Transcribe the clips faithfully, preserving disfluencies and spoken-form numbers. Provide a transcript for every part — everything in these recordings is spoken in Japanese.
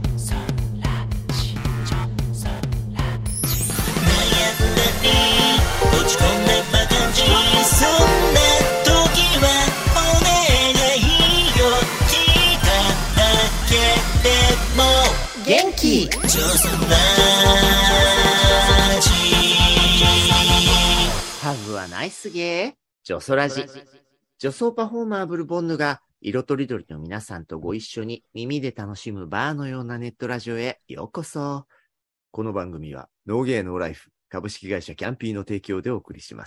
元気ハブはナイスゲージョソラジ女装パフォーマーブルボンヌが色とりどりの皆さんとご一緒に耳で楽しむバーのようなネットラジオへようこそ。この番組はノーゲーノーライフ株式会社キャンピーの提供でお送りします。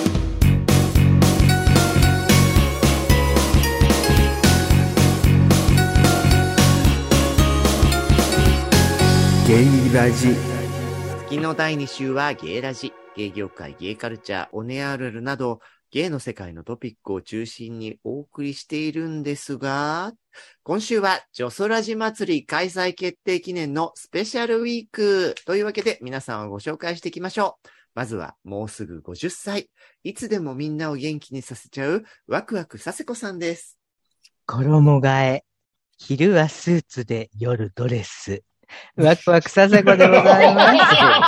ゲイラジ。月のだいに週はゲイラジ。ゲイ業界、ゲイカルチャー、オネアールルなど、ゲイの世界のトピックを中心にお送りしているんですが、今週はジョソラジ祭り開催決定記念のスペシャルウィークというわけで皆さんをご紹介していきましょう。まずはもうすぐごじゅっさい。いつでもみんなを元気にさせちゃうワクワクさせこさんです。 衣替え。昼はスーツで夜ドレス。ワクワクさせこでございます。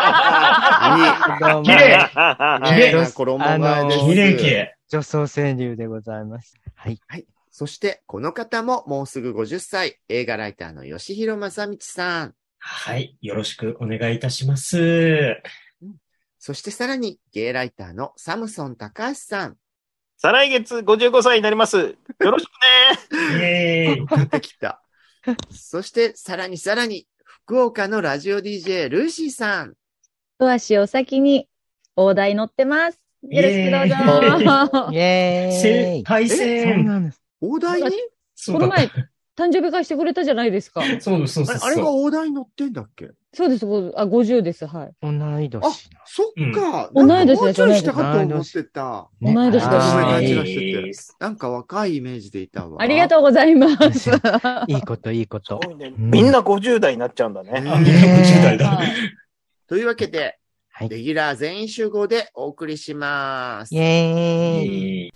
きれいきれいな衣替えです。 きれいきれい。 女装川柳でございます。はい。 はい。そして、この方ももうすぐごじゅっさい。映画ライターの吉弘正道さん。 はい。よろしくお願いいたします。 うん、そしてさらに、ゲイライターのサムソン高橋さん。 再来月ごじゅうごさいになります。よろしくね。 イエーイ。 出てきた。そして、さらにさらに、福岡のラジオ ディージェー ルーシーさん。 一足お先に大台乗ってます。よろしくどうぞ。 イェーイ。 配線。 そうなんです。 大台にこの前、誕生日会してくれたじゃないですか。 そうそうそう。 あれが大台に乗ってんだっけ？ そうです、あ、ごじゅうです、はい。 同い年。 あ、そっか。 同い年です。 もうちょいしたかと思ってた。 同い年です。 感じがしてて。なんか若いイメージでいたわ。 ありがとうございます。 いいこと、いいこと。 みんなごじゅう代になっちゃうんだね。 みんなごじゅう代だ。 というわけで、レギュラー全員集合でお送りします。 イェーイ。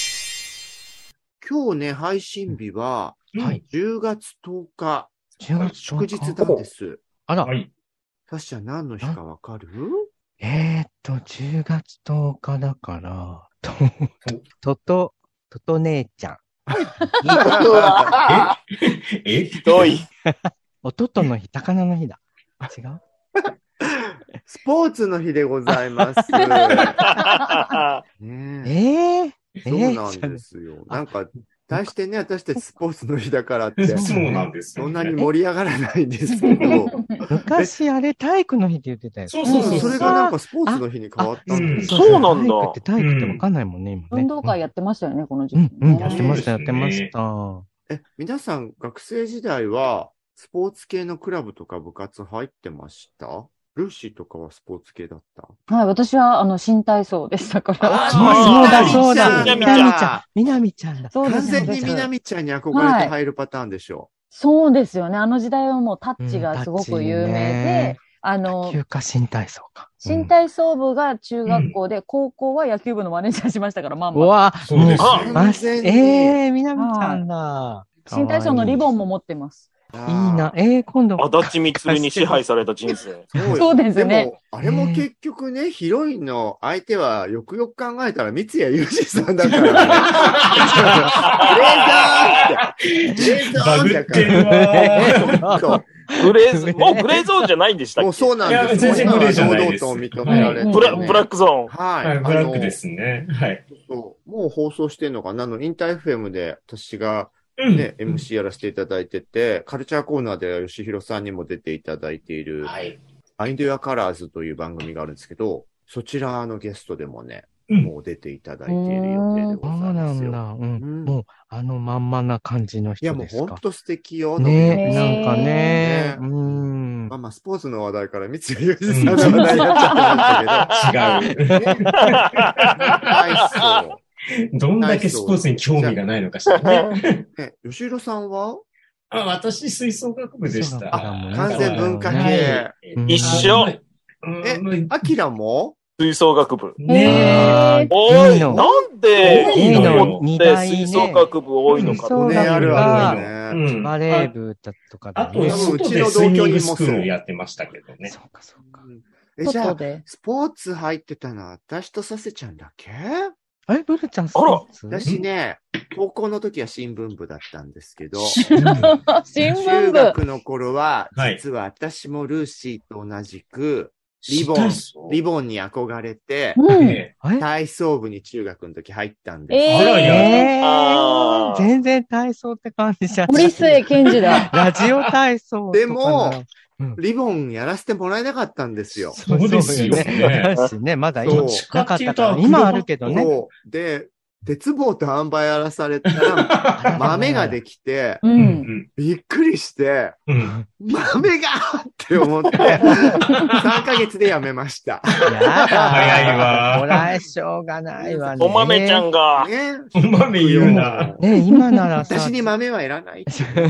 今日ね、配信日は、じゅうがつとおか、祝日なんです。 あら。 サッシャ何の日かわかる？ えーっと、じゅうがつとおかだから、と、とと、とと姉ちゃん。 ええひどい。 おととの日、魚の日だ。違う？ スポーツの日でございます。 ねえ。えー、そうなんですよ。なんか、大してね、私たちスポーツの日だからって、 そうなんです。 そんなに盛り上がらないんですけど。 昔あれ体育の日って言ってたよ。 そうそうそう。 それがなんかスポーツの日に変わったんです。 そうなんだ。 体育って体育ってわかんないもんね、今ね。 運動会やってましたよね、この時期。 うん、やってました、やってました。 え、皆さん学生時代はスポーツ系のクラブとか部活入ってました？ルーシーとかはスポーツ系だった？ はい、私は、あの、新体操でしたから。 あそうだ、そうだ。 みなみちゃん。みなみちゃんだ。 そうです。 完全にみなみちゃんに憧れて入るパターンでしょう。 そうですよね。あの時代はもうタッチがすごく有名で、あの、 野球か新体操か。 新体操部が中学校で、高校は野球部のマネージャーしましたから、まんま。 うわ、 そうです。 ええ、みなみちゃんだ。 新体操のリボンも持ってます。 いいな。ええー、今度。 足立みつるに支配された人生。 そうですね。 でも、あれも結局ね、ヒロインの相手はよくよく考えたら三谷裕二さんだからね。グレーザーって。グレーザーだから。 グレーゾーン、もうグレーゾーンじゃないんでしたっけ？ もうそうなんです。 全然グレーじゃないです。 堂々と認められて、ね。 ブラ、ブラックゾーン。 はい。 ブラックですね。はい。 そう。もう放送してんのかな？あの、インター エフエム で私が、ね、うん、エムシー やらせていただいてて、カルチャーコーナーでは吉弘さんにも出ていただいている、はい。アインドゥアカラーズという番組があるんですけど、そちらのゲストでもね、うん、もう出ていただいている予定でございますよ。 そうなんだ。うん。うん、もう、あのまんまな感じの人ですか？ いや、もうほんと素敵よ。 ねえ、なんかね。うん。 まあまあ、スポーツの話題から三谷裕二さんの話題になっちゃってましたけど。違う。はい、そう。 どんだけスポーツに興味がないのかしらね。 え、吉弘さんは？ あ、私、吹奏楽部でした。 あ、完全文化系。 一緒。 え、アキラも？ 吹奏楽部。 ねおい、 いいのなんで、 いいのよ日本って吹奏楽部多いのかそうね、あるあるね。 うんバレー部だとかあと、 でね。 外でスイミングスクールやってましたけどね。 そうか、そうか。 え、じゃあ、 外で。 スポーツ入ってたのは私とさせちゃんだけえ、ブルちゃんスポーツ私ね、高校の時は新聞部だったんですけど、 新中聞部。 学の頃は、 はい実は私もルーシーと同じく、リボン、リボンに憧れて、 うん。 ええ体操部に中学の時入ったんです。 えーあらやえあーー、全然体操って感じじゃん。 森末健児だ。 ラジオ体操とかな。 でもうん、 リボンやらせてもらえなかったんですよ。 そうですよねそうね。まだそう今どっちなかかっいうとってたから、今あるけどね。 そう。で、鉄棒と販売やらされたら、豆ができて、 う。 うんん。 びっくりして、 うん。 豆がって思って、さんかげつでやめました。 やだ。 早いわもらえしょうがないわね。 お豆ちゃんが、 ね。 お豆言うな。 ね、今ならさ、 私に豆はいらないって。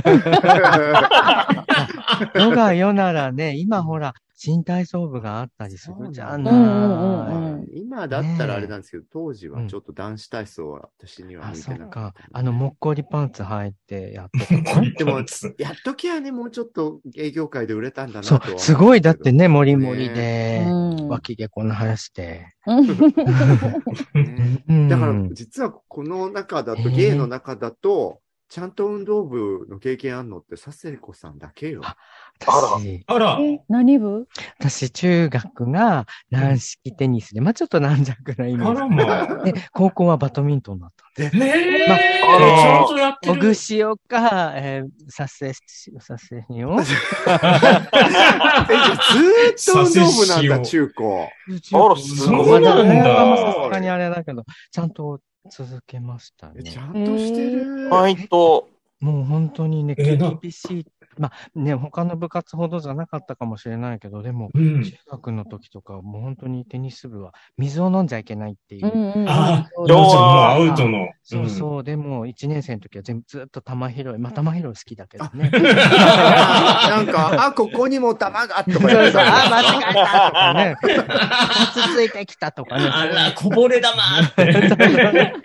世が世ならね、今ほら、新体操部があったりするじゃんうんうんうんうん今だったらあれなんですけど、当時はちょっと男子体操は私にはあ、 向いそっかてなかった。。 あの、もっこりパンツ履いてやってたのでも、やっときはね、もうちょっと芸業界で売れたんだなとそは思うう、すごい、だってね、もりねもりで、 うん脇毛こんな生やして。 ねうんだから、実はこの中だと、 へー芸の中だと、ちゃんと運動部の経験あんのって、佐世子さんだけよ。 私、 あら。 え、何部？ 私、中学が軟式テニスで、まあちょっと軟弱なイメあーらまあ。 ジ。で、高校はバドミントンだったんです。 ええまあちゃんとやっておる。 ぐしおか、えー、させし、させにを。 え、じゃあずーっと運動部なんだ、中高。 あらすごいまだね、 そうなんだまあさすがにあれだけど、ちゃんと続けましたえちね。 ゃんとしてる。 ファイト、 もう本当にね、 えーな厳しい。まあね、他の部活ほどじゃなかったかもしれないけど、でも、 うん。 中学の時とか、もう本当にテニス部は水を飲んじゃいけないっていう。 うんうん。 ああ、 そうどうぞ、もうアウトの。 そうそう、でも、いちねん生の時は全部ずっと玉拾い。まあ、玉拾い好きだけどね。 なんか、あ、ここにも玉がとかそうそう、 言ってた。 あ、間違えたとかね。ふたつついてきたとかね。 あら、こぼれ玉って。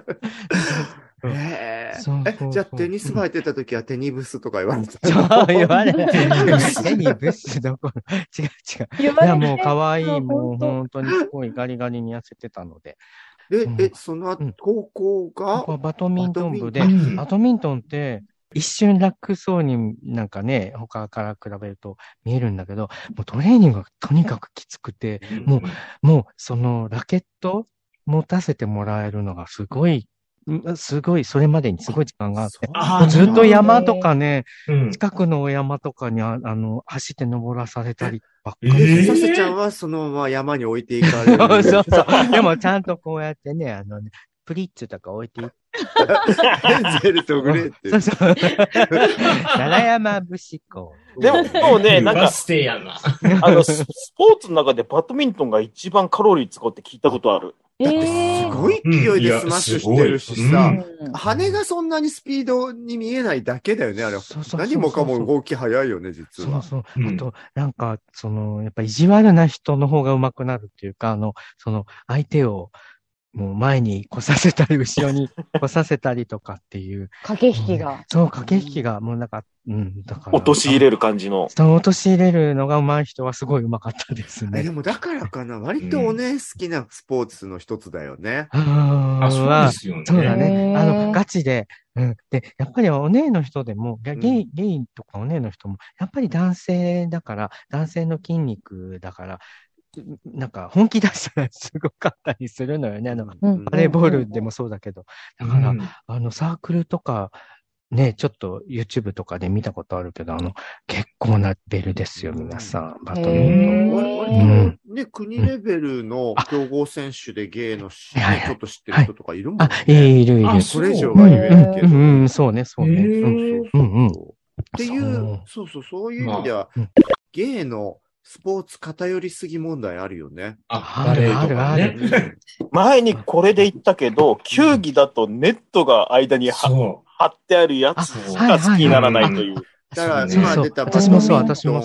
ええそうそうそうえ、じゃあテニス部入ってた時はテニブスとか言われてた。 そう言われない。 テニブス手にブスどころ。違う違う。 言われていや、もう可愛い、 そうもう本当本当にすごいガリガリに痩せてたので。 でう、んえ、その後うん、 高校がここはバドミントン部で、 バドミントンバドミントンって、一瞬楽そうになんかね、他から比べると見えるんだけど、もうトレーニングがとにかくきつくて、もう、もうそのラケット持たせてもらえるのがすごい、んすごい、それまでにすごい時間があって、 あもうずっと山とかね、 うん。 近くのお山とかにああの走って登らされたりばっかえり。 ーさせちゃんはそのまま山に置いていかれる。 そうそうそう。でもちゃんとこうやってね、あのね、プリッツとか置いていって。 ヘンゼルとグレーって。 そうそう。奈良山武士校。 でも、もうね、なんか、 バス停やな。 あの、ススポーツの中でバドミントンが一番カロリー使うって聞いたことある。 えだってすごい勢いでスマッシュしてるしうんいやさす、 うん羽がそんなにスピードに見えないだけだよね、あれ。 そうそうそうそう何もかも動き早いよね、実は。 そうそう。 うんあと、なんか、その、やっぱ意地悪な人の方が上手くなるっていうか、あの、その、相手を、もう前に来させたり、後ろに来させたりとかっていう。 駆け引きが。 そう、駆け引きが、もうなんか、うん、だから。 落とし入れる感じの。 そう、落とし入れるのが上手い人はすごい上手かったですえ、 ね。 でもだからかな、割とおね好きなスポーツの一つだよね。 ああ、そうあですよね。 そうだね。 へーあの、ガチで。うん。で、やっぱりお姉の人でも、ゲうんゲイ、ゲイとかお姉の人も、やっぱり男性だから、男性の筋肉だから、なんか本気出したらすごかったりするのよね。あの、 うんバレーボールでもそうだけど。だから、 うんあの、サークルとか、ね、ちょっと YouTube とかで見たことあるけど、あの、結構なレベルですよ、皆さん。バドミントン。 へー割割うんとね、国レベルの強豪選手でゲイのし、 はいはいねちょっと知ってる人とかいるもんあね。、 いるいるいる。 あそれ以上うんは言えないけど。 うんうんうん、そうね、そうね。 へーうんうんうん。 っていう、そうそう、そういう意味ではまあうん、 ゲイのスポーツ偏りすぎ問題あるよね。 あ、バレーとかあね。 前にこれで言ったけど、球技だとネットが間にはそ貼ってあるやつしか好きにならないという。 だから、 そうね今出た私もそうバドミントン私もそう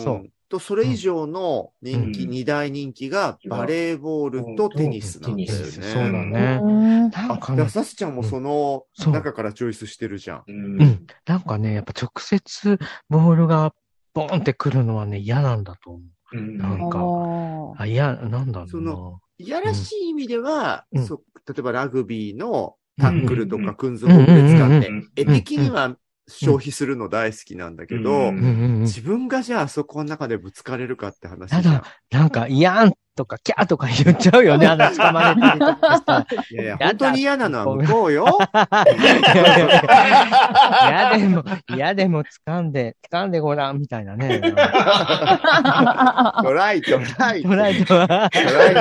とそれ以上の人気、 うん二大人気がバレーボールとテニスなんだよね。 そうだね。 うんなんかあ、だね、 さすちゃんもそのそう中からチョイスしてるじゃん。 ううんん。なんかね、やっぱ直接ボールがボーンってくるのはね、嫌なんだと思う。 うんなんかああ、いや、なんだろそうな。 のいやらしい意味では、 うんそ例えばラグビーのタックルとうんか訓属で使って、 うん絵的には消費するの大好きなんだけど、 うんうんうんうん自分がじゃああそこの中でぶつかれるかって話じゃん。 ただ、なんか、いやんとか、キャーとか言っちゃうよね、あの、捕まれたりとかしたら。 いやいや、 やだ本当に嫌なのは向こうよ。 嫌でも、嫌でも掴んで、掴んでごらん、みたいなね。 トライ、トライ。 トライとは、 トラ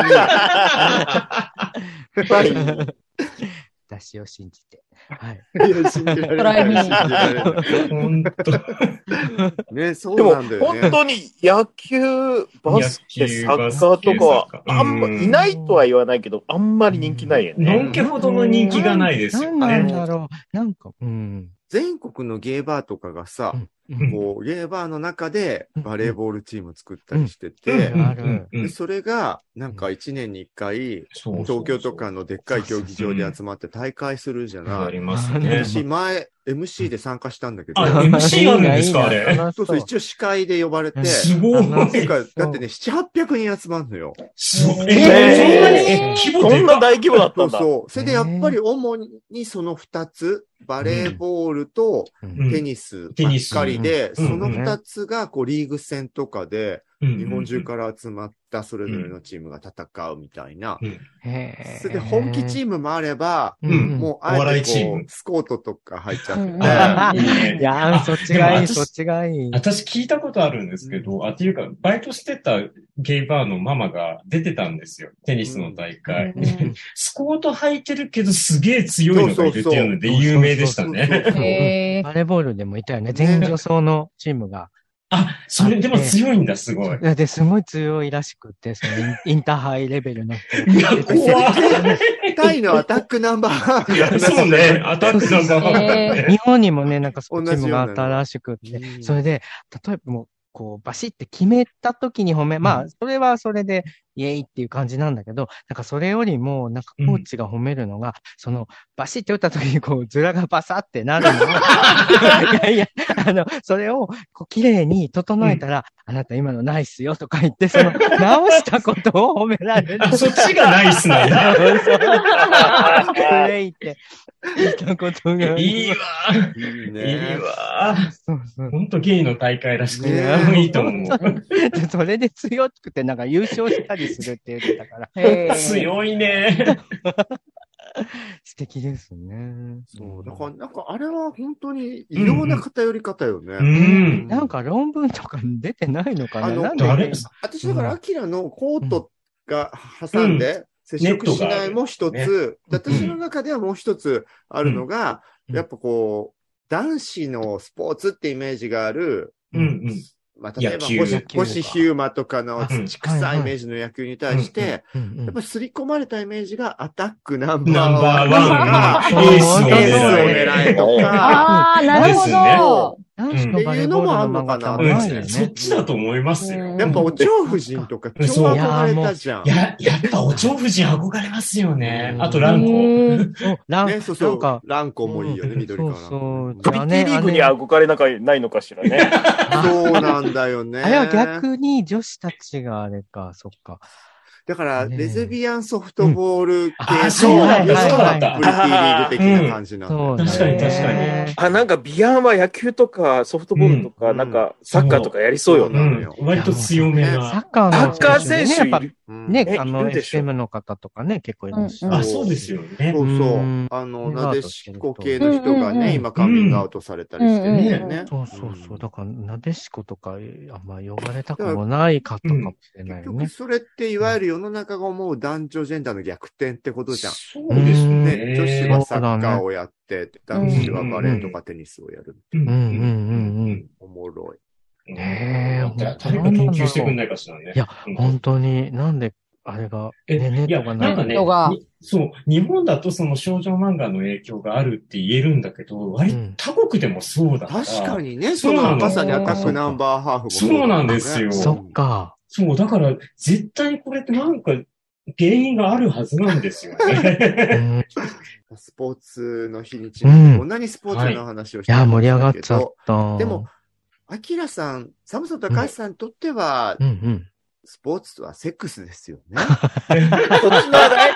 イに。 私を信じて。はい。 いや、信じられない。 トライに信じられない本当。 ね、そでも、 うなんだよね。 本当に野球、バスケ、 野球サッカーとかはバス、ケあんま、 うんいないとは言わないけど、あんまり人気ないよのね。 んけほどの人気がないですよなんなんね。 だろう。なんか、うん。 全国のゲーバーとかがさ、 うんこう、ゲーバーの中でバレーボールチーム作ったりしてうてん、あるうんでそれが、なんか一年に一回、 そうそう東京とかのでっかい競技場で集まって大会するじゃない。 ありますね。 私、前、エムシー で参加したんだけど、 あ、エムシー あるんですか、あれ。 そうそう、一応司会で呼ばれて、 すごい。 なんかだってね、なな、はっぴゃくにん集まるのよ。 すごい。 ええ、 ーそんなにえ規模そでかんな大規模だったんだ。 そうそう。それでやっぱり主にその二つ、バレーボールとうんテニスばっかりで、 テニスその二つがこうリーグ戦とかで、日本中かから集まったそれぞれのチームが戦うみたいな。 へーそれで本気チームもあれば、 うんもうお笑あえていチームこうスコートとか入っちゃってうんて、 あいいねいやー、そっちがいい、 でも私そっちがいい。 私聞いたことあるんですけど、あ、っていうか、バイトしてたゲイバーのママが出てたんですよ。テニスの大会。 うんスコート履いてるけどすげえ強いのがいるっていうので有名でしたね。 へーバレーボールでもいたよね。全女装のチームが。 あ、それでも強いんだ、すごい。 いやで、すごい強いらしくって、そのインインターハイレベルの人。 いや、怖い。 タイのアタックナンバーそうね、アタックなんだ。 え日本にもね、なんかそういうチーム同じようなのがあったらしくって、 うんそれで、例えばもう、こう、バシって決めた時に褒め、まあ、それはそれで、イエイっていう感じなんだけど、なんかそれよりも、なんかコーチが褒めるのが、その、バシって打った時にこう、ズラがバサってなるのを、いやいや、あの、それを、こう、綺麗に整えたら、あなた今のナイスよとか言って、その、直したことを褒められる。 あ、そっちがナイスなんだ。 そうそう。プレイって言ったことが。 いいわ。 いいいいね。 わ。 そうそう。 ほんとゲイの大会らしくて、 ねいいと思う。 でそれで強くてなんか優勝したりするって言ってたから。 へー強いね。 素敵ですね。 そう。だから、なんかあれは本当に異様な偏り方よね。 うん。 なんか論文とか出てないのかなあのなんで誰私だから、アキラのコートが挟んで、接触しないも一ネッつ、私の中ではもう一つあるのが、 うんやっぱこう、男子のスポーツってイメージがある、 うんうん。 まあ、例えば野球星野球星ヒューマとかのうん土臭いイメージの野球に対して、 うんうんやっぱり刷り込まれたイメージがアタックナンバーナンバーワンワンがうんエースをエースを狙え。 狙えとか、 ああ、なるほですねど。 男子のバレーボールの漫画ってあんまうんないよそっね。 ちだと思いますよ。 やっぱお蝶夫人とか超そう憧れたじゃん。 や、やっぱお蝶夫人憧れますよね。あとランへコ。 ーそう、ラン、 ね、そうそうなんか。、 ランコもいいよね、緑から。 そうそう。 ビッキーリーグに憧れなんかないのかしらね。 そうなんだよね。 あれは逆に女子たちがあれか、そっか。 だから、 ねレズビアンソフトボール系ああ、そうなんだ、そうだったプリ。ティーリーグ的な感じなんだよね。 そうだ確かに確かね。 あ、なんかビアンは野球とかソフトボールとか、 うんなんかサッカーとかやりそうよそうね。 うん。割と強めサな。 ッカーのサッカー選手やっぱいる。 うんね、 えあの、 いるでしょエフエム の方とかね、結構いらっしゃうんる。 あ、そうですよね。 そうそうう。 んあの、 ねなでしこ系の人がね、 うんうんうん今カミングアウトされたりしてるんだよね。 そうそうそう。だから、なでしことか、あんま呼ばれたくもない方かもしれない結よね。 局それっていわゆる世の中が思う男女ジェンダーの逆転ってことじゃん。 そうですうんね、 ね。 女子はサッカーをやって、男子はバレーとうんかテニスをやる。 うんうんうんうんうんおもろい。 うん。 ねえ誰か研究してくんないかしらね。 いやうん本当に、なんで、 あれが、 え、 ね、ネいや、 ットがない。 なんかねネットが、 にそう、日本だとその少女漫画の影響があるって言えるんだけど、割うん他国でもそうだから。 確かにね、 そなのそうのまさにアタックナンバーハーフもそうなんですよそっか。 そう、だから、絶対これってなんか、原因があるはずなんですようね。 ん、 スポーツの日にちなんで、こんなにスポーツの話をしていや、盛り上がっけちゃっど、 た。 でも、アキラさん、サムソン高橋さんにとっては、 うんうん。 スポーツはセックスですよね。 そっちの話題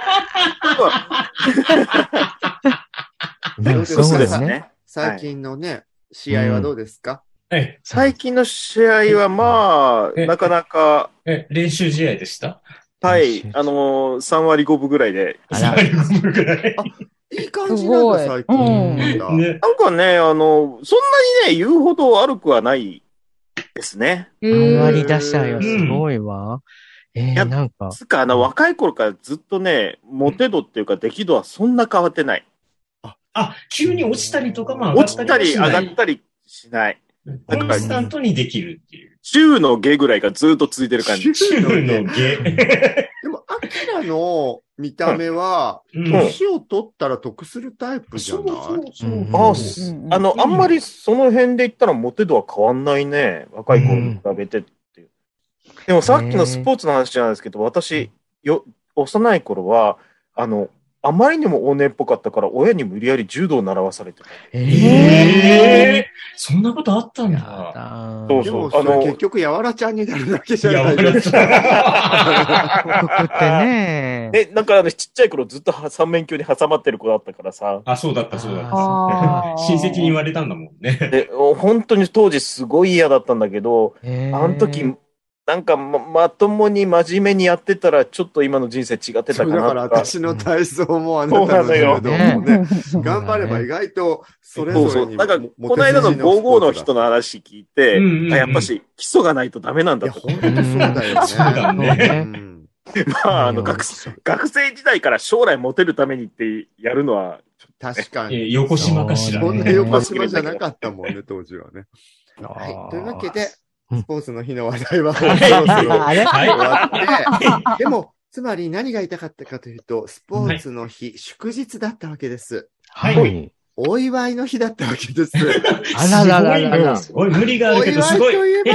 でもそうですね。 ね。 最近のね、試合はどうですか？ え、 最近の試合はまあ、 えなかなか、 え、練習試合でしたはい、あのー、さん割ごぶぐらいで。 あら最後ぐらい。 いい感じなんだ、 すごい最近。 うんまたね。 なんかね、あの、そんなにね、言うほど悪くはないですね。 えあんまーり出したよ。 うんすごいわ。えー、 いやなんか。 つか、あの、若い頃からずっとね、モテ度っていうか、出来度はそんな変わってない。 あ、急に落ちたりとかも上が落ちたり上がりったりしない。 コンスタントにできるっていう。 週の下ぐらいがずっと続いてる感じ。 週のゲ。 でも、アキラの見た目は、 うん年を取ったら得するタイプじゃない？ うんあ、 うんすうんあの、あんまりその辺で言ったらモテ度は変わんないね。若い頃に比べてっていう。でもさっきのスポーツの話じゃないですけど、私、よ、幼い頃は、あの、あまりにも往年っぽかったから、親に無理やり柔道を習わされてた。 えー、 ええそんなことあったんやだ。 だそうでも、 あのそれ結局、やわらちゃんになるだけじゃいや、 ない笑っですか。 た。 僕ってね。 え、なんかあのちっちゃい頃ずっと三面鏡に挟まってる子だったからさ。 あ、そうだった、そうだった。 あー親戚に言われたんだもんね。 で、本当に当時すごい嫌だったんだけど、 えーあの時、なんかま、まともに真面目にやってたら、ちょっと今の人生違ってたそうかなとか。 だから私の体操もあなたの柔道もね、頑張れば意外とそれそうそう。 ぞれになんか、 もこの間のごじゅうごの人の話聞いて、 うんうんうんあやっぱし基礎がないとダメなんいや、 だと。 本当そうだよね。 そうだねうんまあ、あの、学生、学生時代から将来モテるためにってやるのは、 確かに。 えー横島かしらね。 そんな横島じゃなかったもんね、当時はね。 あはい。 ーというわけで、 うんスポーツの日の話題はそはいろそろあれはい終わって、でも、つまり何が言いたかったかというと、スポーツの日、祝日だったわけです。 はい。 お祝いの日だったわけです。 あららららら。 すごい、無理があお祝いるけど、すごい。 といえば、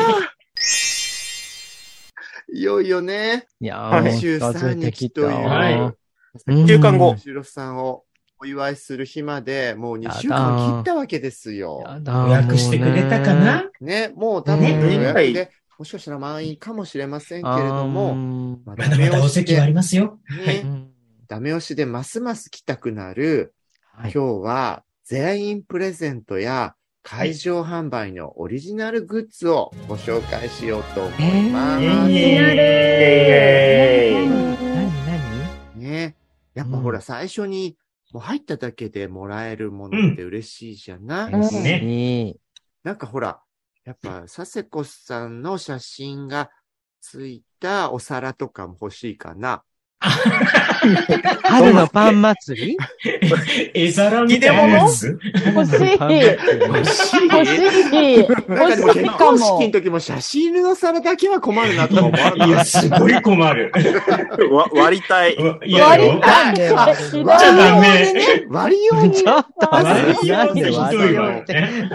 いよいよね、 いやはいー、 にじゅうさんにちという、 はうん週間後後ろさんをお祝いする日まで、もうにしゅうやだかん切ったわけですよ。 やだ予約してくれたかなね、もう多分ね予約はいで、もしかしたら満員かもしれませんけあーれども、 うんまあまだまだお席はありますよ。 ねうんダメ押しでますます来たくなる、 はい今日は全員プレゼントや会場販売のオリジナルグッズをご紹介しようと思います。 えーイエーイえー何何ね。やっぱうんほら、最初にもう入っただけでもらえるものって嬉しいじゃない、 うん何ねいいなんかほら、やっぱ佐世子さんの写真がついたお皿とかも欲しいかな。 春のパン祭り絵皿みたいなやつ欲しい。 欲しい欲しい。 なんかでも結欲しいか婚式のも。 時も写真の皿だけは困るなとか思わないや、すごい困る。 わ割りたい。 いや割りよ。 たいね。 あひどいじゃあダメ。 割り用にちょっと割り用何ってひどいわよってね。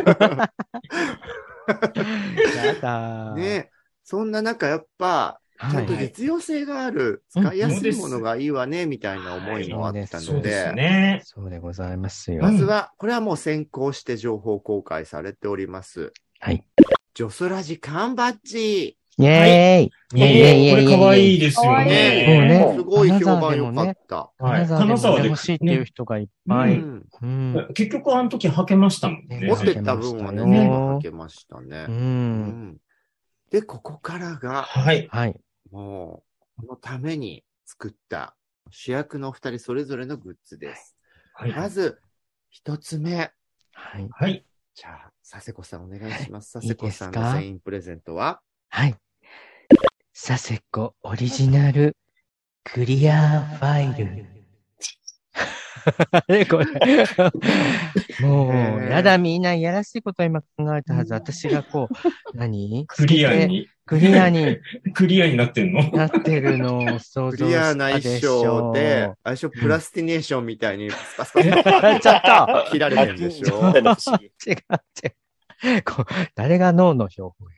やだ。 ね。そんな中やっぱ、ちゃんとはい実用性がある、 うん使いやすいものがいいわね、みたいな思いもあったのそうですで、 ね。 そうでございますよ。 まずは、これはもう先行して情報公開されております。 はい。 ジョソラジ缶バッジ。 イェーイイェイイェイイェイイェイこれ可愛いですよ可愛いね。 そうねすごい評判良かった。 はい。 金沢でも金沢で欲しいっていう人がいっぱい。 うんうん。 結局あの時履けましたもんね。 持ってった分はね、 ね全部履けましたねう。。 うんんで、ここからが、 はい。 はい。 もう、このために作った主役のお二人それぞれのグッズです。 はい。 まず、一つ目。 はい。 はい。 じゃあ、佐世子さんお願いします。佐いい世子さんいいですかの全員プレゼントははい。佐世子オリジナルクリアファイル。あれこれ。もう、 へーやだ、みんなやらしいこと今考えたはず。私がこう、何クリアに。 クリアにクリアになってんのなってるのを想像クリアしたなでしょ衣装う。 で、あれでしょ、プラスティネーションみたいにスパスパスパスパちょっと切られてるんでしょ。 不思議。 違う違う。こう誰が脳の標本よ。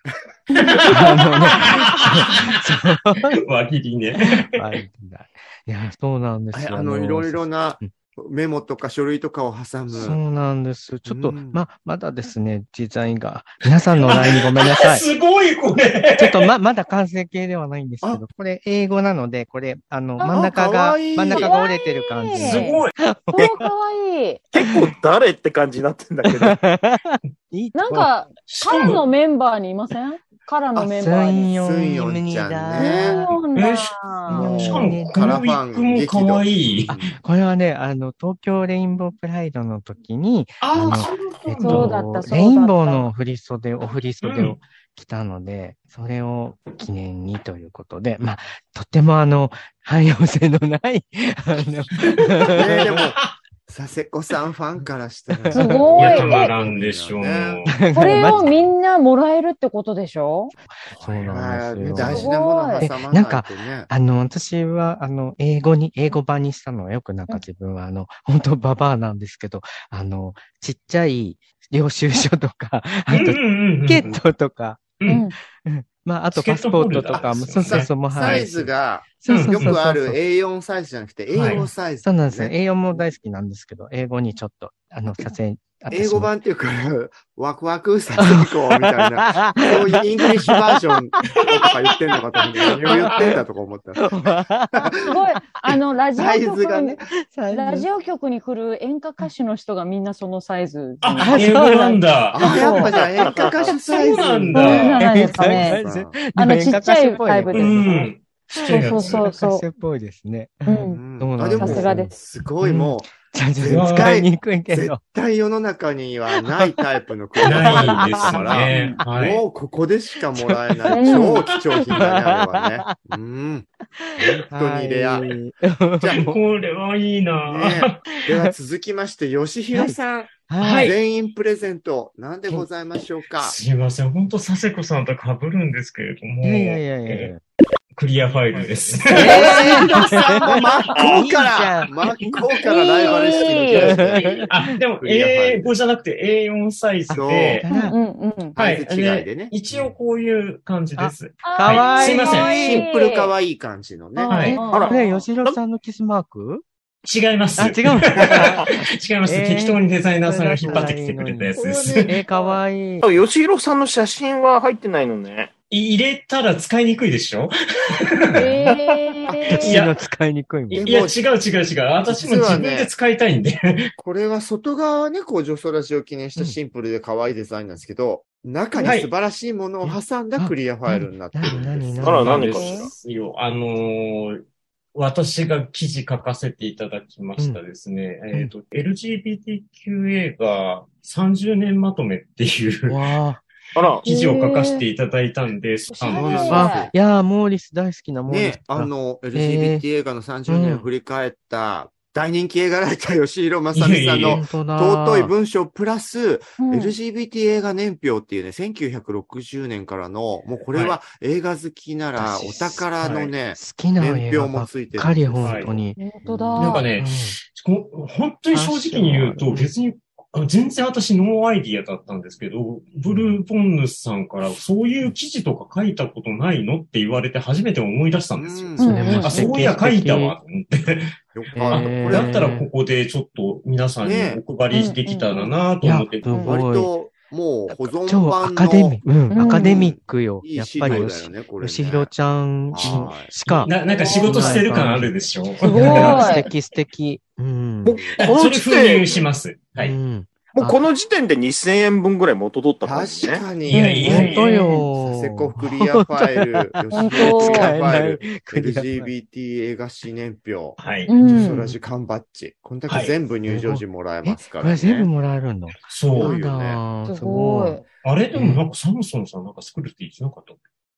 あのね、 輪切りね。 そうあいや、そうなんですよ。 あの、いろいろなメモとか書類とかを挟む。 そうなんです。ちょっと、 うんま、まだですね、デザインが。皆さんの ライン にごめんなさい。 すごい、これ。 ちょっとま、まだ完成形ではないんですけど、これ英語なので、これ、あの、 あ真ん中がかわいい、 真ん中が折れてる感じ。 すごい。 そうかわいい。 結構誰って感じになってんだけど。 いいなんか、 しかカラのも、 メンバーにいませんカラのメンスバーに。 ンヨスンンニヨンちゃんだ。 ねそうなんだえしもうしかも、このウィッグも可愛い。 あこれはね、あの、東京レインボープライドの時に、あのああ、そうえっそうだったそうだっと、 たレインボーの振り袖、お振り袖をうん着たので、それを記念にということで、まあ、とってもあの、汎用性のない、あの、 ねでも、佐世子さんファンからしたら。 すごいいや、たまらんでしょう。 これをみんなもらえるってことでしょそうなんですよ。 大事なもの挟まないとね。 あの、私は、あの、英語に、英語版にしたのはよくなんか自分は、あの、本当ババアなんですけど、あの、ちっちゃい領収書とか、あと、チケットとか、 う。 うんん。 うんまあ、あとパスポートとかも、 チケットホルダーですよねそうそうそう、もうサイズが、 そうそうそうそうよくある エーよん サイズじゃなくて、エーご サイズ、 そうなんですよ。英語も大好きなんですけど、英語にちょっと、あの、撮影、 英語版っていうか、ワクワクさせていこうみたいな、そういうイングリッシュバージョンとか言ってんのかと思って、何を言ってんだとか思ったら。 すごい。あの、ラジオサイズ局に、 がね。 ラジオ局に来る演歌歌手の人がみんなそのサイズ。 あ、英語なんだ。 あ、やっぱじゃあ演歌歌手サイズ。 そうなんだそうじゃないですかね。あの、ちっちゃいタイプうです。 ん。ちっちゃいやつ。 そうそうそう歌手っぽいですね。 うん。 そうなんあ、でも、 さすがですすごいもう、 使いにくいけ絶ど。 対世の中にはないタイプの車ないですから、 ね。はい。 もうここでしかもらえないうん超貴重品だね、あれはね。うん。本当にレア。じゃあ、 これはいいなね、では続きまして、吉弘さん。 はい。 全員プレゼント、何でございましょうか。 すいません。本当佐世子さんと被るんですけれども。 いやいやいやいやいや。 クリアファイルです。 吉弘さんも真っ向いいじから、 ゃん真っ向からライバル意識の気がしてあ、でもクリアファイル英語じゃなくて エーよん サイズで、 うんうんうん。 はい。 サイズ違いでね一応こういう感じです。 かわいい。 すいませんシンプル可愛い感じのね。 はいうんあらこれ、吉野さんのキスマーク違います。 あ、違う。 違います。 えー適当にデザイナーさんが引っ張ってきてくれたやつです。 えー、かわいい。 吉弘さんの写真は入ってないのね。 入れたら使いにくいでしょえー吉野使いにくいもん。 いや、違う違う違う。私も自分で使いたいんで。 これは外側はね、こう、女装ラジオを記念したシンプルで可愛いデザインなんですけど、中に素晴らしいものを挟んだクリアファイルになってるんです。 何あら、 何何かしら。 いいよ。あのー私が記事書かせていただきましたですね。 んえっと、エルジービーティーキューエー がさんじゅうねんまとめっていうわあら、 記事を書かせていただいたんで、あそうの、 なんあ。 だあ、いやー、モーリス大好きなモーリスね、あの、エルジービーティー 映画のさんじゅうねんを振り返った、大人気映画ライター吉弘正美さんいえいえの本当だ。 尊い文章プラス、 うんエルジービーティー 映画年表っていうね、せんきゅうひゃくろくじゅうねんからの、もうこれは映画好きならお宝のね、 好きな年表映画ばっもついてるかり、 んです。 本当に。 本当だ。 なんかね、こ本当に正直に言うと、別に、あ全然私ノーアイディアだったんですけど、ブルーボンヌスさんからそういう記事とか書いたことないのって言われて初めて思い出したんですよ。 うんそれもあ、 素敵そういや書いたわ、と思って。 よかった。 えーこれだったらここでちょっと皆さんにお配りできたらなと思って。 ねうんうんうん割と、もう保存超ア版のカデミック、うん、 うんアカデミックよ。 いいやっぱりよし資料だよ、ね、これね。 吉弘ちゃんにはいしか。 な、なんか仕事してる感あるでしょ。 すごいいや素敵素敵。うん。 もうこそれ封の時点入します。はい。 うんもうこの時点でにせんえんぶんぐらい元取ったからね。 確かに。 いやいやいや本当よ。 佐世子クリアファイル、 本当吉弘クリアファイル、 クリアファイルエルジービーティー 映画史年表、 はい。 うんジョソラジ缶バッジ。こんだけ全部入場時もらええ、 ますからね。 これ全部もらえるのそう。 よねやだーすごい。 あれでもなんかサムソンさんなんか作るって言ってなかった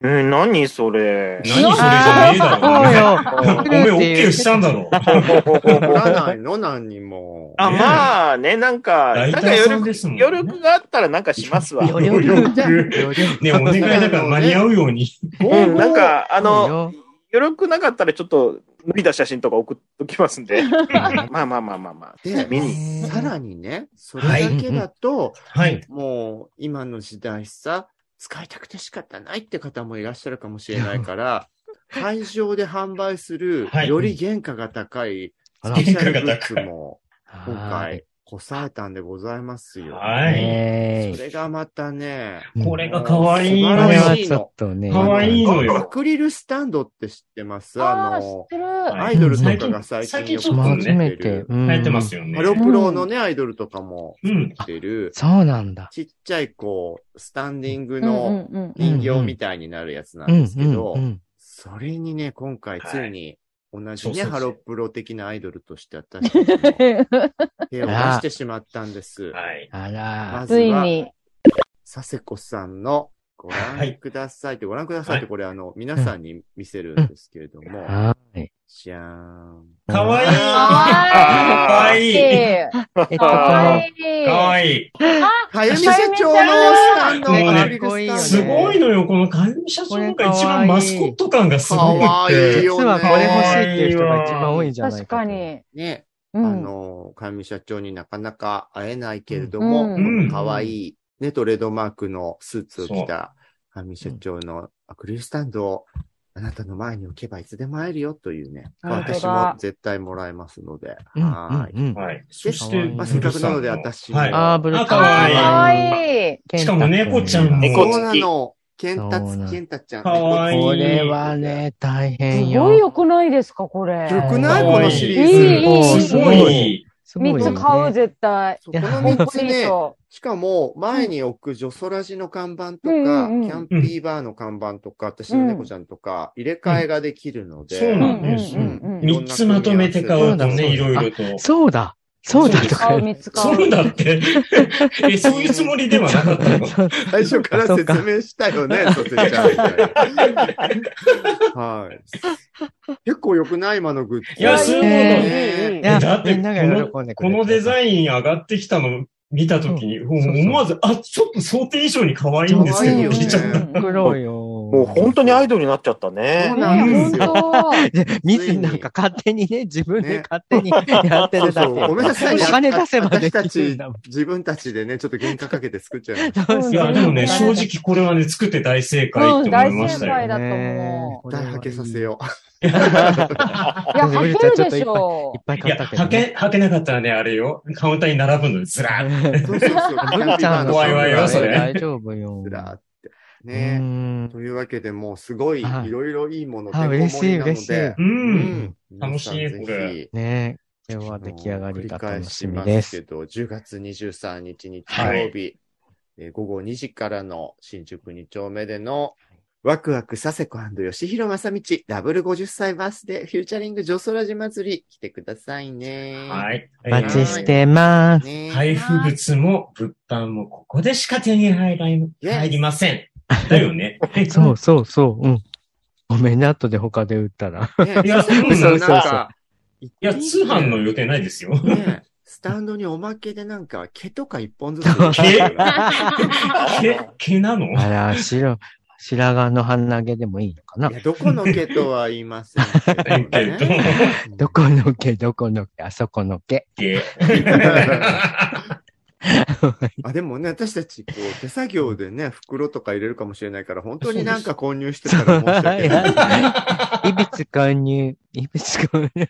えー、何それ。 何それじゃねえだろ。 そうよ。 お前 OK したんだろ。 降らないの何にも。 あ、 ねえまあね、なんか、なんかライターさん余力、 ですもんね余力があったらなんかしますわ。 余余力力。ね、お願いだから間に合うように。 うん、なんか、あそうの、 よ余力なかったらちょっと脱いだ写真とか送っときますんで。まあまあまあまあまあ。 で、 見に。 さらにね、それだけだと、 はい。 もう今の時代さ、使いたくて仕方ないって方もいらっしゃるかもしれないから、会場で販売するはいより原価が高いあらスペシャルグッズも今はい回こさえたんでございますよ。 はい。 えそれがまたね、 ーこれが可愛い素このよ。 れはちょっとね。 可愛いのアよ。 クリルスタンドって知ってますああ、知っあの、 てる。 アイドルとかが最最近近ちょっとねよく作って初めて。 る。 うん流行ってますよね。 ハロプロのね、アイドルとかもうん。 作ってる、 そうなんだ。 ちっちゃいこう、スタンディングうんのうんうん人形みたいになるやつなうんんですけどうんう、んそれにね、今回ついに同じね、 そうそうそうハロプロ的なアイドルとして私たちも手を出してしまったんです。 はい。 あまら。 つずは、 いに。 佐世子さんのご覧くださいって、ご覧くださいって、これあの、皆さんに見せるんですけれども、 はい。 じゃーん。 かわいい。 かかわいい。 えっと、こかわの、 いい。 かわいい。 かゆみ社長のスタンド、 もうねアクリルスタンドすごいのよ。このかゆみ社長のが一番マスコット感がすごくかわいいて。 よ実はこれ欲しいっていう人が一番多いんじゃない確かと。 かに。 ね、あうん。 の、かゆみ社長になかなか会えないけれどうも、 んかわいい、ね、トレードマークのスーツを着た、かゆみ社長のアクリルスタンドをあなたの前に置けばいつでも会えるよというね、 本当だ私も絶対もらえますので、 うんはーい。 うんうんはい。そして、 可愛いまあ、せっかくなので私も、 はい。 あーブルーあ、かかわいい。 わいい。 しかも猫ちゃんもそう猫付きなの、ケンタツ、 そうなのケンタちゃん。 かわいいこれはね、大す変よ。 ごい良くないですか、これ。 よくないかわいいこのシリーズ。 いいいいすごいいい。 すごいよね三つ買う、絶対。 そうこのいや三つね、 そしかも前に置くジョソラジの看板とか、 うんうんうんキャンピーバーの看板とか、私の猫ちゃんとか、入れ替えができるので、 そうなんですよ。 うんうんうんうん三つまとめて買うとね、いろいろと。 そうだ。そうだとか買う、 言う。 三つ買う。 そうだって。え、そういうつもりではなかったの最初から説明したよね、ソテちゃんみたいな。はい。結構良くない今のグッズ。 いやすごいねいやえだってみんなが喜んでくれてこの、このデザイン上がってきたの見たときに、もうそうそう思わず、あ、ちょっと想定以上に可愛いんですけど、 可愛いよね聞いちゃった。 黒よ。 もう本当にアイドルになっちゃったねそう。なんねですよ。 本で、ミスなんか勝手にね、自分で勝手にやってるだけ。 そうそうごめんなさいね。 お金出せばで私たちきるんだもん。、 自分たちでね、ちょっと原価かけて作っちゃいました。 そうそういや、でもね、正直これはね、作って大正解って思いましたよ。 うん大正解だと思う。 大はけさせよいや、履けるでしょいっぱいいや、 買ったけどはけ、はけなかったらね、あれよ、カウンターに並ぶのでずらーっう。そうそうそう。 ブルちゃんの怖いわよそれ大丈夫よ。 ずらーって。 うね。 ん。 というわけで、もうすごい、いはいろいろいいものあてんこ盛りなの嬉しい嬉しいで、 う。 うんん。 楽しい皆さんぜひこれねこれは出来上がりが繰り返楽しみしまですす。 けど、じゅうがつにじゅうさんにち日曜日、えー午後にじからの新宿に丁目でのワクワクサセコ&吉弘正道ダブルごじゅっさいバースデーフューチャリングジョソラジ祭り来てくださいね。 はい。 お待ちしてます。 ね配布物も物販もここでしか手に入ら入りません。だよね。 そうそうそう。うん。ごめんね、後で他で売ったら。 ねいやサセコさんなんそうそうか、いいや、通販の予定ないですよ。 ね、スタンドにおまけでなんか毛とか一本ずつ入れてる毛、毛なのあら、白、白髪の鼻毛でもいいのかないや、どこの毛とは言いませんけどね。 どこの毛、どこの毛、あそこの毛。 毛。 あ、でもね、私たち、こう、手作業でね、袋とか入れるかもしれないから、本当になんか購入してたら申し訳ない。 いびつ購入、いびつ購入。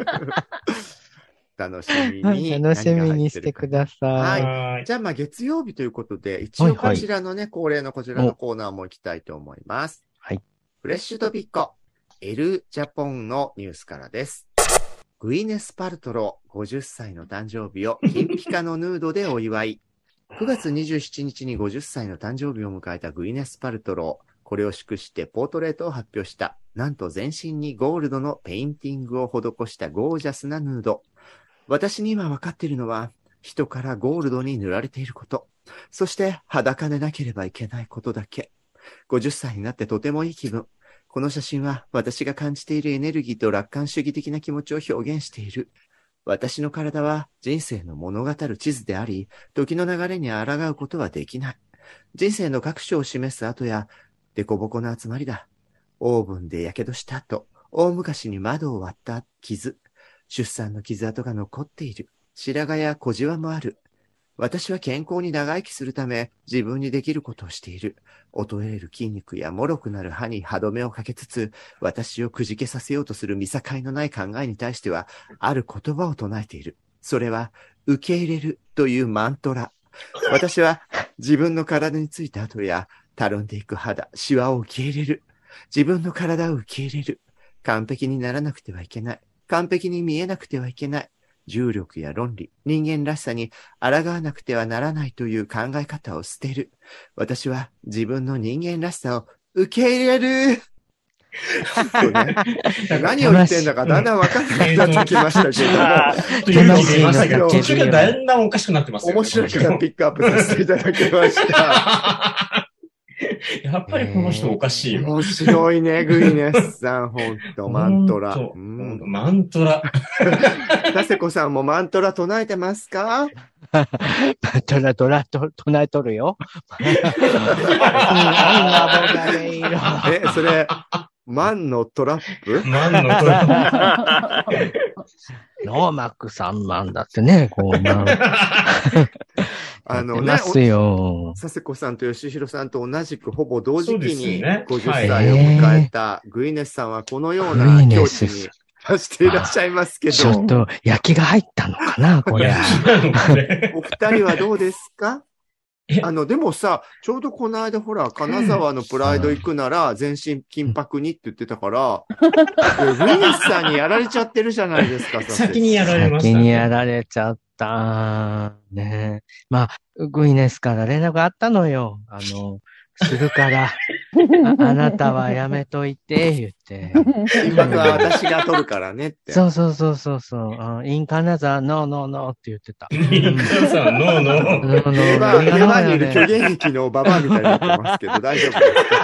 楽しみに。 楽しみにしてください。 はい。 じゃあ、まあ、月曜日ということで、一応こちらのね、恒例のこちらのコーナーも行きたいと思います。 はい。 フレッシュトピッコ、エル・ジャポンのニュースからです。グイネス・パルトロごじゅっさいの誕生日を金ピカのヌードでお祝い。くがつにじゅうしちにちにごじゅっさいの誕生日を迎えたグイネス・パルトロ。これを祝してポートレートを発表した。なんと全身にゴールドのペインティングを施したゴージャスなヌード。私に今分かっているのは、人からゴールドに塗られていること。そして裸でなければいけないことだけ。 ごじゅっさいになってとてもいい気分。この写真は私が感じているエネルギーと楽観主義的な気持ちを表現している。私の体は人生の物語る地図であり、時の流れに抗うことはできない。人生の各所を示す跡や、凸凹の集まりだ。オーブンで火傷した後、大昔に窓を割った傷。出産の傷跡が残っている。白髪や小じわもある。私は健康に長生きするため、自分にできることをしている。衰える筋肉や脆くなる歯に歯止めをかけつつ、私をくじけさせようとする見境のない考えに対しては、ある言葉を唱えている。それは、受け入れるというマントラ。私は自分の体についた跡や、たるんでいく肌、シワを受け入れる。自分の体を受け入れる。完璧にならなくてはいけない。完璧に見えなくてはいけない。重力や論理、人間らしさに抗わなくてはならないという考え方を捨てる。私は自分の人間らしさを受け入れる。ね、何を言ってんだかだんだん分かんなくなってきましたけども。 というのを言いましたけど、途中がだんだんおかしくなってますよ。 面白いからピックアップさせていただきました。 やっぱりこの人おかしいよ。 面白いね、グイネスさん、ほんと、マントラ。 うん、マントラ。 タセコさんもマントラ唱えてますか？ マントラ、トラ、と、唱えとるよ。 え、それ、マンのトラップ？ マンのトラップ。 ノーマックさんまんだってね、こう、まあ。 あのね、 ますよ。 佐世子さんと吉弘さんと同じくほぼ同時期にね、 ごじゅっさいを迎えたグイネスさんはこのような境地に達していらっしゃいますけど。 ちょっと焼きが入ったのかな、これ。 お二人はどうですか？あの、でもさ、ちょうどこの間ほら、金沢のプライド行くなら全身金箔にって言ってたから、グイネスさんにやられちゃってるじゃないですか、 先にやられました、ね。 先にやられちゃった。ね。まあ、グイネスから連絡あったのよ。あの、するから、あ, あなたはやめといて、言って。 金箔は私が取るからねって。 そうそうそうそうそう。インカナザー、ノーノーノーって言ってた。 インカナザー、ノーノー。ノーノー。今、目の前にいる虚言癖のババアみたいになってますけど、大丈夫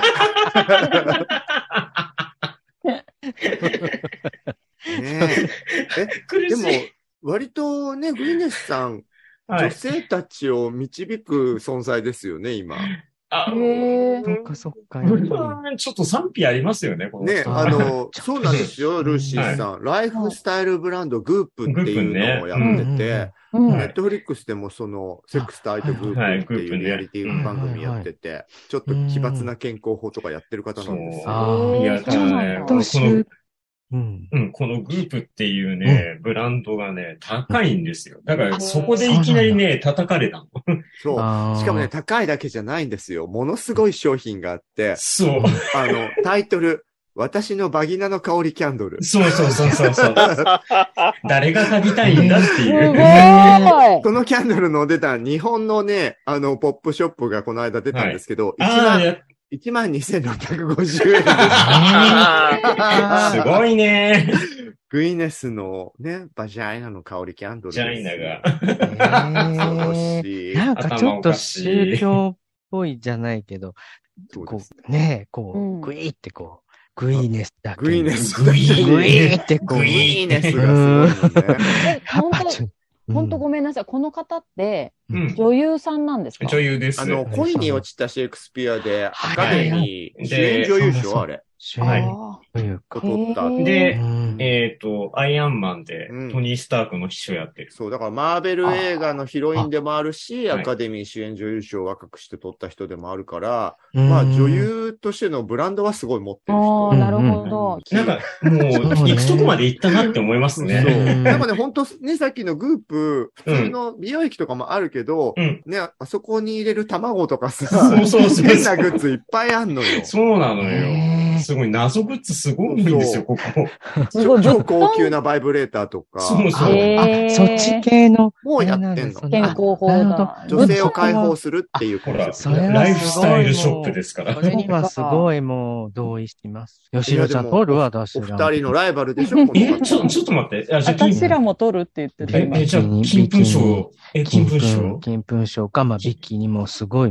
ですか？ねえ。え、でも、割とね、グイネスさん、はい、女性たちを導く存在ですよね、今。 あ、 そっかそっか。 ちょっと賛否ありますよね、このね、あの、そうなんですよ、ルーシーさん。はい、ライフスタイルブランドグープっていうのをやってて、ネットフリックスでもその、セックスとアイとグープっていうリアリティ番組やってて、ちょっと奇抜な健康法とかやってる方なんですよ。 いや、だからね、この、うん、うん、このグープっていうね、うん、ブランドがね、高いんですよ。だからそこでいきなりね、叩かれたの。 そう。しかもね、高いだけじゃないんですよ。ものすごい商品があって。 そう。 あの、タイトル、私のバギナの香りキャンドル。 そうそうそうそうそう。誰が嗅ぎたいんだっていう。 このキャンドルの出た日本のね、あの、ポップショップがこの間出たんですけど、はい、いちまんにせんろっぴゃくごじゅうえんです。 すごいね。 グイネスのね、バジャイナの香りキャンドルです。 バジャイナが。 えー、なんかちょっと宗教っぽいじゃないけど、こうね、こう、うん、グイってこう、グイネスだけ。 グイネス。 グイってこう。 グイネスがすごいよね。 やっぱちょっと。 本当ごめんなさい。この方って、女優さんなんですか？ 女優です。 あの、恋に落ちたシェイクスピアで、アカデミー、主演女優賞あれ。 はい。 取った。 で、えっと、アイアンマンで、トニー・スタークの秘書やってる。 そう、だからマーベル映画のヒロインでもあるし、アカデミー主演女優賞を若くして取った人でもあるから、まあ女優としてのブランドはすごい持ってる人。 ああ、なるほど。 なんか、もう、行くとこまで行ったなって思いますね。 そう。なんかね、本当ね、さっきのグープ、普通の美容液とかもあるけど、ね、あそこに入れる卵とかさ、 そうそうそう。 変なグッズいっぱいあんのよ。 そうなのよ。すごい、謎グッズすごいんですよ、ここ。 超高級なバイブレーターとか。 そうそう。 あ、そっち系の。 もうやってんの。 健康法だ。 女性を解放するっていうコンセプト。 ライフスタイルショップですから。 これにはすごいもう同意してます。吉野ちゃん取るわ、私ら。 お二人のライバルでしょ、 え、ちょ、ちょっと待って。 私らも取るって言ってた。 え、じゃあ、金粉賞。え、金粉賞金粉賞か、まあ、ビッキーにもすごいもう。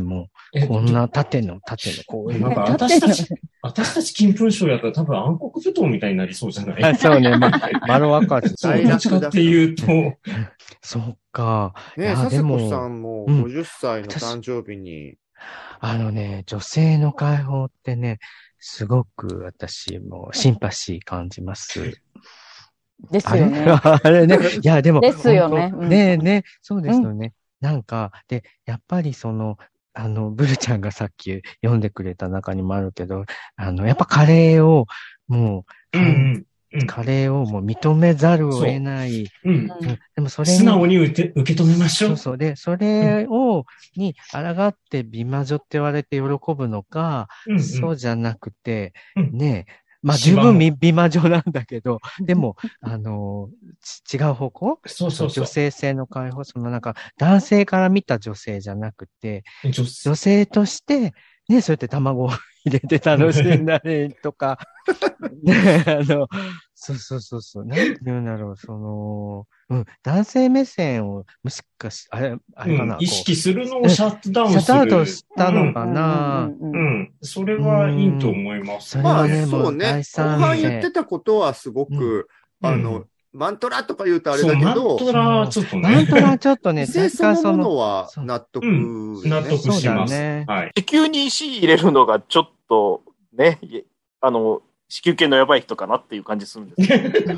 こんな縦の、縦の、こういう。 なんか私たち、私たち金粉症やったら多分暗黒布団みたいになりそうじゃないそうね、ま、まろわかって。 そう、どっちかっていうと。 そっか。 ねえ、佐世子さんもごじゅっさいの誕生日に。 あのね、女性の解放ってね、すごく私もシンパシー感じます。 ですよね。 あれね。いや、でも。 ですよね。 ねえね、そうですよね。なんか、で、やっぱりその、あの、ブルちゃんがさっき読んでくれた中にもあるけど、あの、やっぱカレーを、もう、うんうん、カレーをもう認めざるを得ない。 うん、 でもそれに。 素直に受け受け止めましょう。 そうそう。で、それを、に抗って美魔女って言われて喜ぶのか、うんうん、そうじゃなくて、ねえ、まあ十分美魔女なんだけど、でも、あの、違う方向そうそうそう。 女性性の解放、そのなんか、男性から見た女性じゃなくて、女, 女性として、ね、そうやって卵を入れて楽しんだりとか、ね、あの、そうそうそうそう、なんて言うんだろう、その、うん、男性目線を、もしかし、あれ、あれかな、 うん、意識するのをシャットダウンする。 シャットアウトしたのかな、 うん、うん。それはいいと思います。 それはね、 まあ、そうね。後半言ってたことはすごく、うん、あの、マントラとか言うとあれだけど、 マントラちょっとね。 マントラちょっとね、 性そのものは納得、ねうん。納得します。ね、はい。 地球に石入れるのがちょっと、ね、あの、子宮系のやばい人かなっていう感じするんですけど。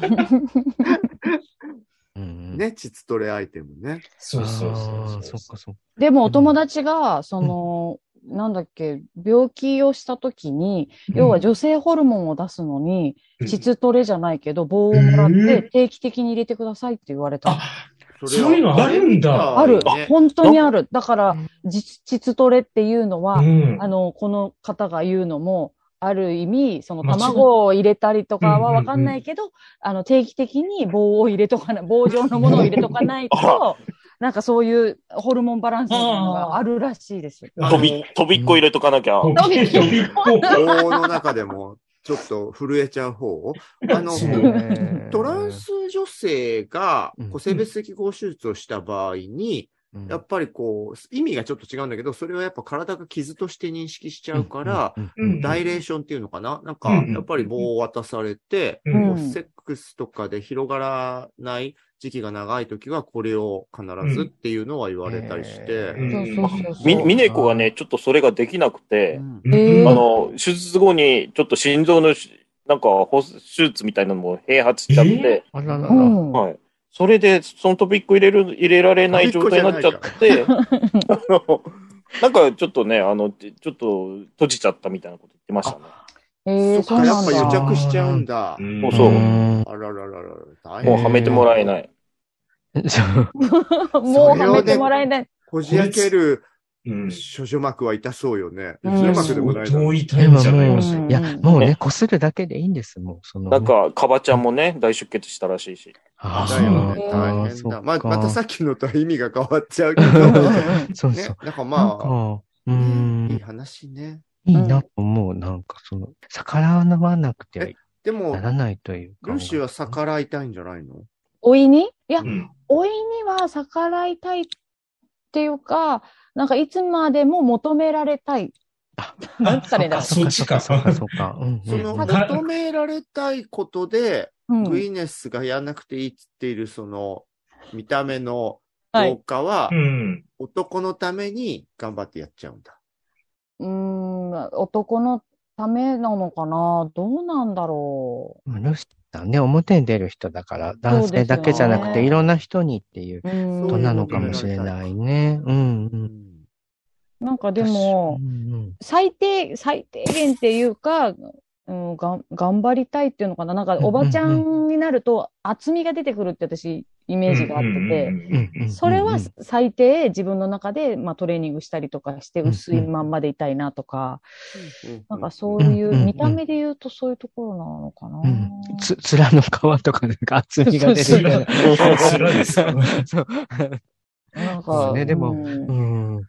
ね、膣トレアイテムね。 そうそうそうそう。そっかそっか。 でもお友達が、その、うん、なんだっけ、病気をしたときに、うん、要は女性ホルモンを出すのに、膣トレじゃないけど、棒をもらって定期的に入れてくださいって言われた。 あ、そういうのあるんだ。 ある。本当にある。だから、膣トレっていうのは、うん、あの、この方が言うのも、ある意味、その卵を入れたりとかはわかんないけど、うんうんうん、あの、定期的に棒を入れとかない、棒状のものを入れとかないと、なんかそういうホルモンバランスがあるらしいです。 飛び、飛びっこ入れとかなきゃ。 飛びっこ。 棒の中でも、ちょっと震えちゃう方。あの、トランス女性が性別適合手術をした場合に、うん、やっぱりこう、意味がちょっと違うんだけど、それはやっぱ体が傷として認識しちゃうから、うん、ダイレーションっていうのかな、なんか、やっぱり棒を渡されて、うん、セックスとかで広がらない時期が長い時はこれを必ずっていうのは言われたりして。 みねこがね、ちょっとそれができなくて、うん、あの、手術後にちょっと心臓の、なんか、手術みたいなのも併発しちゃって、 あららら、 はい。それで、そのトピック入れる、入れられない状態になっちゃって、あの、なんかちょっとね、あの、ちょっと閉じちゃったみたいなこと言ってましたね。 えー、そうなんだ。 やっぱ癒着しちゃうんだ。 そうそう。 あららららら。もうはめてもらえない。 もうはめてもらえない。 こじ開ける。処女膜は痛そうよね。 処女膜でもないの。痛いんじゃないですか。 いや、もうね、擦るだけでいいんです、もう。その。 なんか、カバちゃんもね、大出血したらしいし。 ああ、だよね。大変だ。ま、またさっきのとは意味が変わっちゃうけど。 そうそう。 なんかまあ、うん。いい話ね。 いいなと思う。なんか、その、逆らわなくてはでも、 ならないというか。 ルシは逆らいたいんじゃないの？ おいに？いや、おいには逆らいたいっていうか、なんかいつまでも求められたい。なんつったらいいんだろう。 そっちか。 そうか、そうか。 その求められたいことで、グイネスがやんなくていいって言っている、その、見た目の老化は、男のために頑張ってやっちゃうんだ。 うーん、男のためなのかな？どうなんだろう。 ルシさんね、表に出る人だから、男性だけじゃなくて、いろんな人にっていうことなのかもしれないね。うんうん。 なんかでも、うんうん、最低、最低限っていうか、うん、が頑張りたいっていうのかな。なんかおばちゃんになると厚みが出てくるって私イメージがあってて、それは最低自分の中で、まあ、トレーニングしたりとかして薄いまんまでいたいなとか、なんかそういう見た目で言うとそういうところなのかな。うん、 つ、面の皮とかなんか厚みが出てくる。 面ですか？ そう。なんか、ね、でも、うん、うん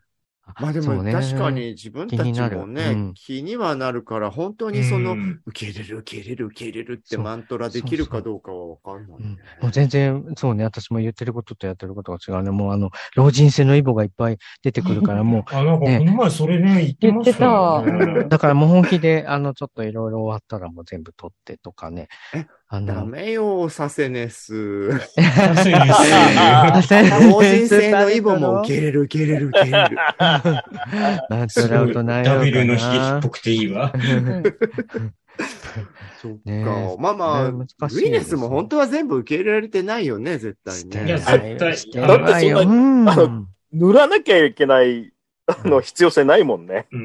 まあでも確かに自分たちもね、気にはなるから、本当にその、受け入れる、受け入れる、受け入れるってマントラできるかどうかはわかんない、ね。 もう全然、そうね、私も言ってることとやってることが違うね。もうあの、老人性のイボがいっぱい出てくるから、もう。 あ、なんかこの前それね、言ってましたよね。 だからもう本気で、あの、ちょっといろいろ終わったらもう全部取ってとかね。 え、あのダメよ、サセネス。 サセネス。 老人性のイボも受け入れる、受け入れる、受け入れる。 なんとなくないダビルの悲劇っぽくていいわ。 そっか。まあまあ、ウィネスも本当は全部受け入れられてないよね、絶対ね。 いや、絶対。 だってそんな、あの、塗らなきゃいけない、あの、必要性ないもんね。 うん。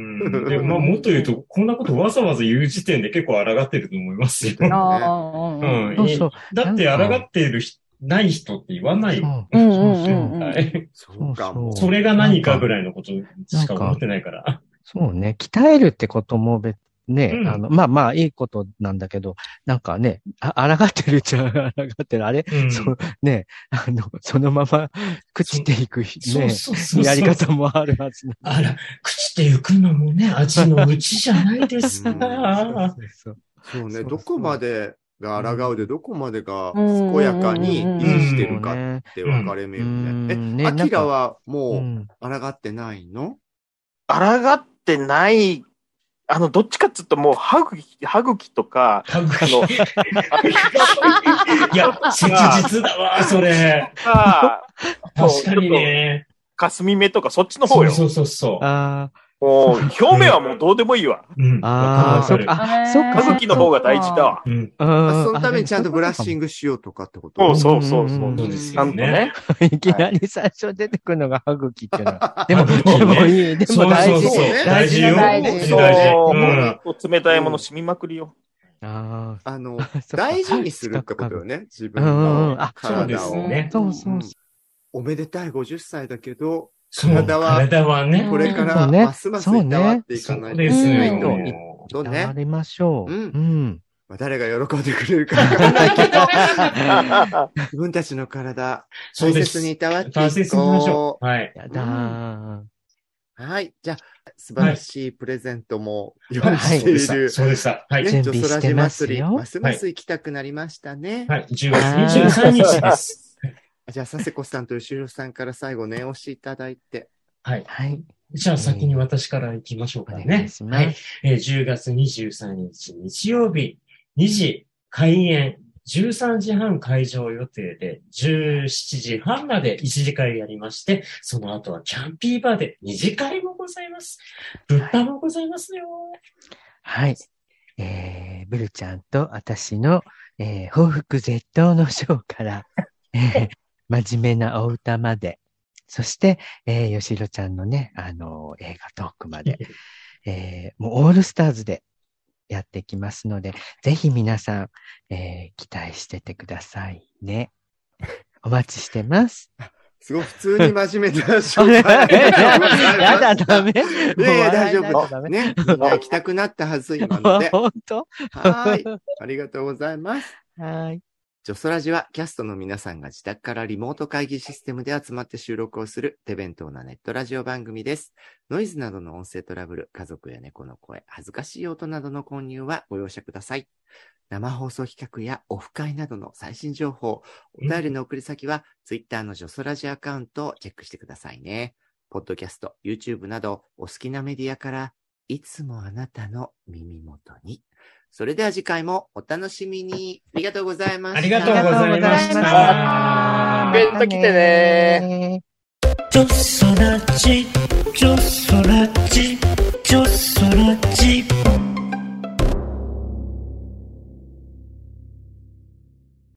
でも、まあ、もっと言うと、こんなことわざわざ言う時点で結構抗ってると思いますよ。 ああ、 うん。だって抗っている人、ない人って言わないよ。 うんうんうん。 そうかも。 それが何かぐらいのことしか思ってないから。 そうね。鍛えるってことも別ね、うん、あの、まあまあ、いいことなんだけど、なんかね、あ、抗ってるっちゃ抗ってる。あれ、うん、そう、ね、あの、そのまま、朽ちていく、ね、やり方もあるはず。 あら、朽ちていくのもね、味のうちじゃないですか。 そうね、どこまでが抗うで、どこまでが健やかに維持してるかって分かれ目よね。え、アキラはもう、抗ってないの？ 抗ってない、あの、どっちかっつうともう、歯茎、歯茎とか、 歯茎。いや、切実だわ、それ。 あ確かにね。 霞目とか、そっちの方よ。 そうそうそう。 あもう、表面はもうどうでもいいわ。 うん。 ああ、そっか。そっか。 歯茎の方が大事だわ。 うん。 そのためにちゃんとブラッシングしようとかってこと？ そうそうそう。 そうですよね。 いきなり最初出てくるのが歯茎っていうのは。でも、でもいい。でも大事。 大事よ。 大事。 大事。冷たいもの染みまくりよ。 ああの、大事にするってことよね。自分の体を。 そうそう。 おめでたいごじゅっさいだけど、 体は、体はね、 これからますますいたわっていかないと。 ですよ。 とね。 やりましょう。うん。 誰が喜んでくれるかわからないけど、自分たちの体、大切にいたわっていこう。 大切にしましょう。はい。 やだー。 はい。じゃあ、素晴らしいプレゼントも用意している。 そうでした。はい。 準備してますよ。 ますます行きたくなりましたね。 はい。じゅうがつにじゅうさんにちです。 じゃあ、佐世子さんと吉弘さんから最後念押しいただいて。 はい。 はい。 じゃあ、先に私から行きましょうかね。はい。えー、じゅうがつにじゅうさんにち日曜日、にじ開演、じゅうさんじはん会場予定で、じゅうしちじはんまでいちじかいやりまして、その後はキャンピーバーでにじかいもございます。物販もございますよ。 はい。えー、ブルちゃんと私の、えー、報復絶倒のショーから、えー真面目なお歌まで、そして、えー、吉弘ちゃんのね、あのー、映画トークまで、えー、もうオールスターズでやっていきますので、ぜひ皆さん、えー、期待しててくださいね。お待ちしてます。 すごい普通に真面目な紹介。 やだ、ダメ。 いやいや、大丈夫。ね。行きたくなったはず、今ので。 本当？ はい。ありがとうございます。 はい。 ジョソラジはキャストの皆さんが自宅からリモート会議システムで集まって収録をする手弁当なネットラジオ番組です。ノイズなどの音声トラブル、家族や猫の声、恥ずかしい音などの混入はご容赦ください。生放送企画やオフ会などの最新情報、お便りの送り先は Twitter のジョソラジアカウントをチェックしてくださいね。ポッドキャスト、YouTube などお好きなメディアからいつもあなたの耳元に。それでは次回もお楽しみに。ありがとうございました。 ありがとうございました。 イベント来てね。 ジョソラジ、ジョソラジ、ジョソラジ。